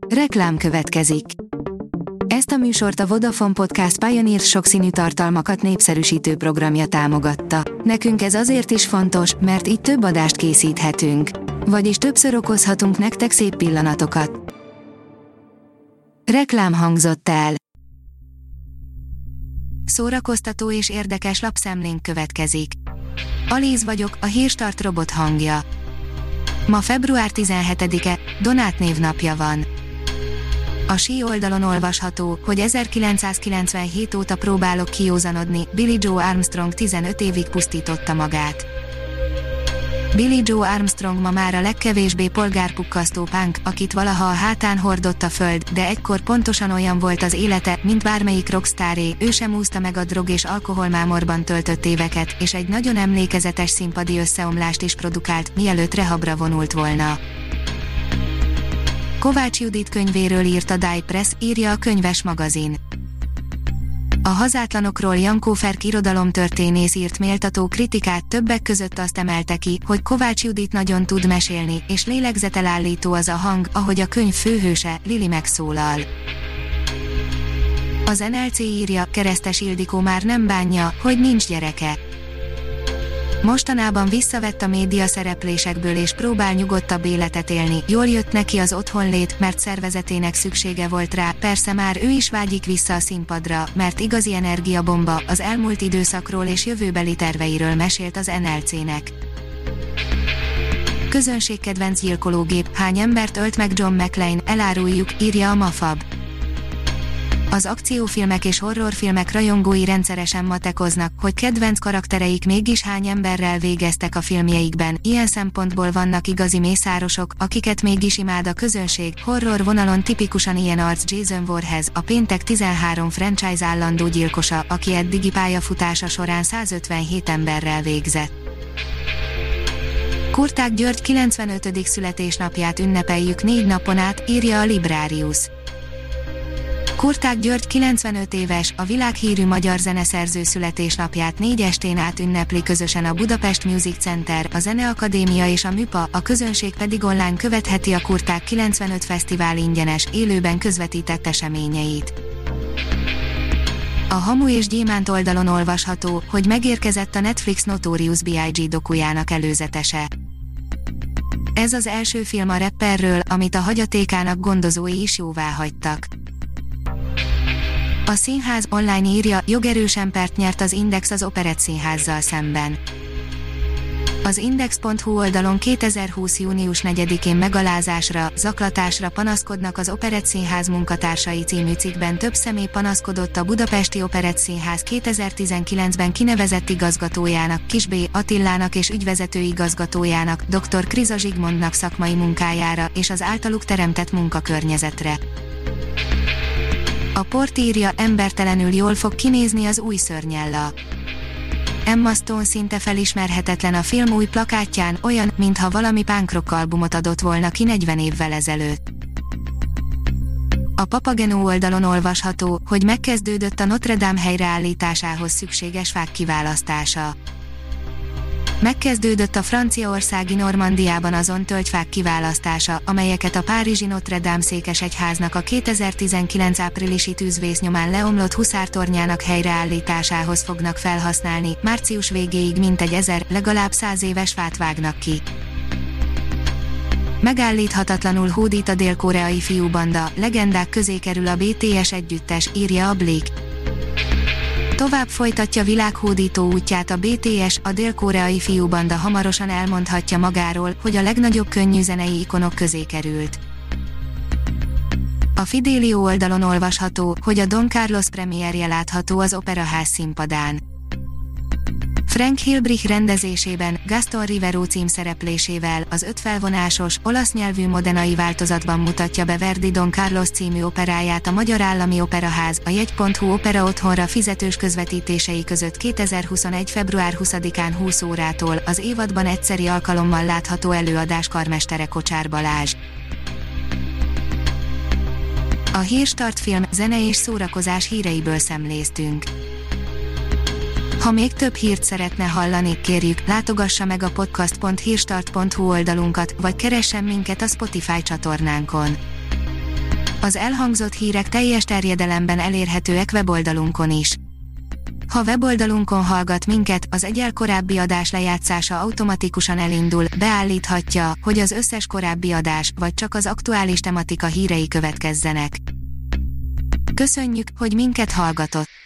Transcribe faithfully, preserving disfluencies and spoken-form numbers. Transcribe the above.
Reklám következik. Ezt a műsort a Vodafone Podcast Pioneer sokszínű tartalmakat népszerűsítő programja támogatta. Nekünk ez azért is fontos, mert így több adást készíthetünk. Vagyis többször okozhatunk nektek szép pillanatokat. Reklám hangzott el. Szórakoztató és érdekes lapszemlénk következik. Alíz vagyok, a Hírstart robot hangja. Ma február tizenhetedike, Donát névnapja van. A sí oldalon olvasható, hogy ezerkilencszázkilencvenhét óta próbálok kijózanodni, Billie Joe Armstrong tizenöt évig pusztította magát. Billie Joe Armstrong ma már a legkevésbé polgárpukkasztó punk, akit valaha a hátán hordott a föld, de egykor pontosan olyan volt az élete, mint bármelyik rockstáré, ő sem úszta meg a drog és alkoholmámorban töltött éveket, és egy nagyon emlékezetes színpadi összeomlást is produkált, mielőtt rehabra vonult volna. Kovács Judit könyvéről írt a Die Press, írja a Könyves magazin. A hazátlanokról Jankó Ferk irodalomtörténész írt méltató kritikát, többek között azt emelte ki, hogy Kovács Judit nagyon tud mesélni, és lélegzetelállító az a hang, ahogy a könyv főhőse, Lili megszólal. Az en el cé írja, Keresztes Ildikó már nem bánja, hogy nincs gyereke. Mostanában visszavett a média szereplésekből és próbál nyugodtabb életet élni, jól jött neki az otthonlét, mert szervezetének szüksége volt rá, persze már ő is vágyik vissza a színpadra, mert igazi energiabomba, az elmúlt időszakról és jövőbeli terveiről mesélt az en el cének. Közönségkedvenc gyilkológép, hány embert ölt meg John McClane, eláruljuk, írja a Mafab. Az akciófilmek és horrorfilmek rajongói rendszeresen matekoznak, hogy kedvenc karaktereik mégis hány emberrel végeztek a filmjeikben, ilyen szempontból vannak igazi mészárosok, akiket mégis imád a közönség, horror vonalon tipikusan ilyen arc Jason Voorhees, a Péntek tizenhárom franchise állandó gyilkosa, aki eddigi pályafutása során százötvenhét emberrel végzett. Kurták György kilencvenötödik születésnapját ünnepeljük négy napon át, írja a Librarius. Kurták György kilencvenöt éves, a világhírű magyar zeneszerző születésnapját négy estén át ünnepli közösen a Budapest Music Center, a Zeneakadémia és a Műpa, a közönség pedig online követheti a Kurták kilencvenöt Fesztivál ingyenes, élőben közvetített eseményeit. A Hamu és Gyémánt oldalon olvasható, hogy megérkezett a Netflix Notorious bé i gé dokujának előzetese. Ez az első film a rapperről, amit a hagyatékának gondozói is jóváhagytak. A színház online írja, jogerősen pert nyert az Index az Operett Színházzal szemben. Az index pont hu oldalon kétezer-húsz június negyedikén megalázásra, zaklatásra panaszkodnak az Operett Színház munkatársai című cikkben több személy panaszkodott a Budapesti Operett Színház kétezer-tizenkilencben kinevezett igazgatójának, Kis B. Attilának és ügyvezető igazgatójának, dr. Kriza Zsigmondnak szakmai munkájára és az általuk teremtett munkakörnyezetre. A Port írja, embertelenül jól fog kinézni az új Szörnyella. Emma Stone szinte felismerhetetlen a film új plakátján, olyan, mintha valami punk rock albumot adott volna ki negyven évvel ezelőtt. A Papageno oldalon olvasható, hogy megkezdődött a Notre Dame helyreállításához szükséges fák kiválasztása. Megkezdődött a franciaországi Normandiában azon tölgyfák kiválasztása, amelyeket a párizsi Notre Dame székesegyháznak a kétezer-tizenkilenc áprilisi tűzvész nyomán leomlott huszártornyának helyreállításához fognak felhasználni, március végéig mintegy ezer, legalább száz éves fát vágnak ki. Megállíthatatlanul hódít a dél-koreai fiúbanda, legendák közé kerül a bé té es együttes, írja a Blick. Tovább folytatja világhódító útját a bé té es, a dél-koreai fiúbanda hamarosan elmondhatja magáról, hogy a legnagyobb könnyűzenei ikonok közé került. A Fidelio oldalon olvasható, hogy a Don Carlos premierje látható az Operaház színpadán. Frank Hilbrich rendezésében, Gaston Rivero címszereplésével, az öt felvonásos, olasz nyelvű modenai változatban mutatja be Verdi Don Carlos című operáját a Magyar Állami Operaház, a jegy pont hu opera otthonra fizetős közvetítései között kétezer-huszonegy február huszadikán húsz órától, az évadban egyszeri alkalommal látható előadás karmestere Kocsár Balázs. A Hírstart film, zene és szórakozás híreiből szemléztünk. Ha még több hírt szeretne hallani, kérjük, látogassa meg a podcast pont hírstart pont hu oldalunkat, vagy keressen minket a Spotify csatornánkon. Az elhangzott hírek teljes terjedelemben elérhetőek weboldalunkon is. Ha weboldalunkon hallgat minket, az egyel korábbi adás lejátszása automatikusan elindul, beállíthatja, hogy az összes korábbi adás, vagy csak az aktuális tematika hírei következzenek. Köszönjük, hogy minket hallgatott!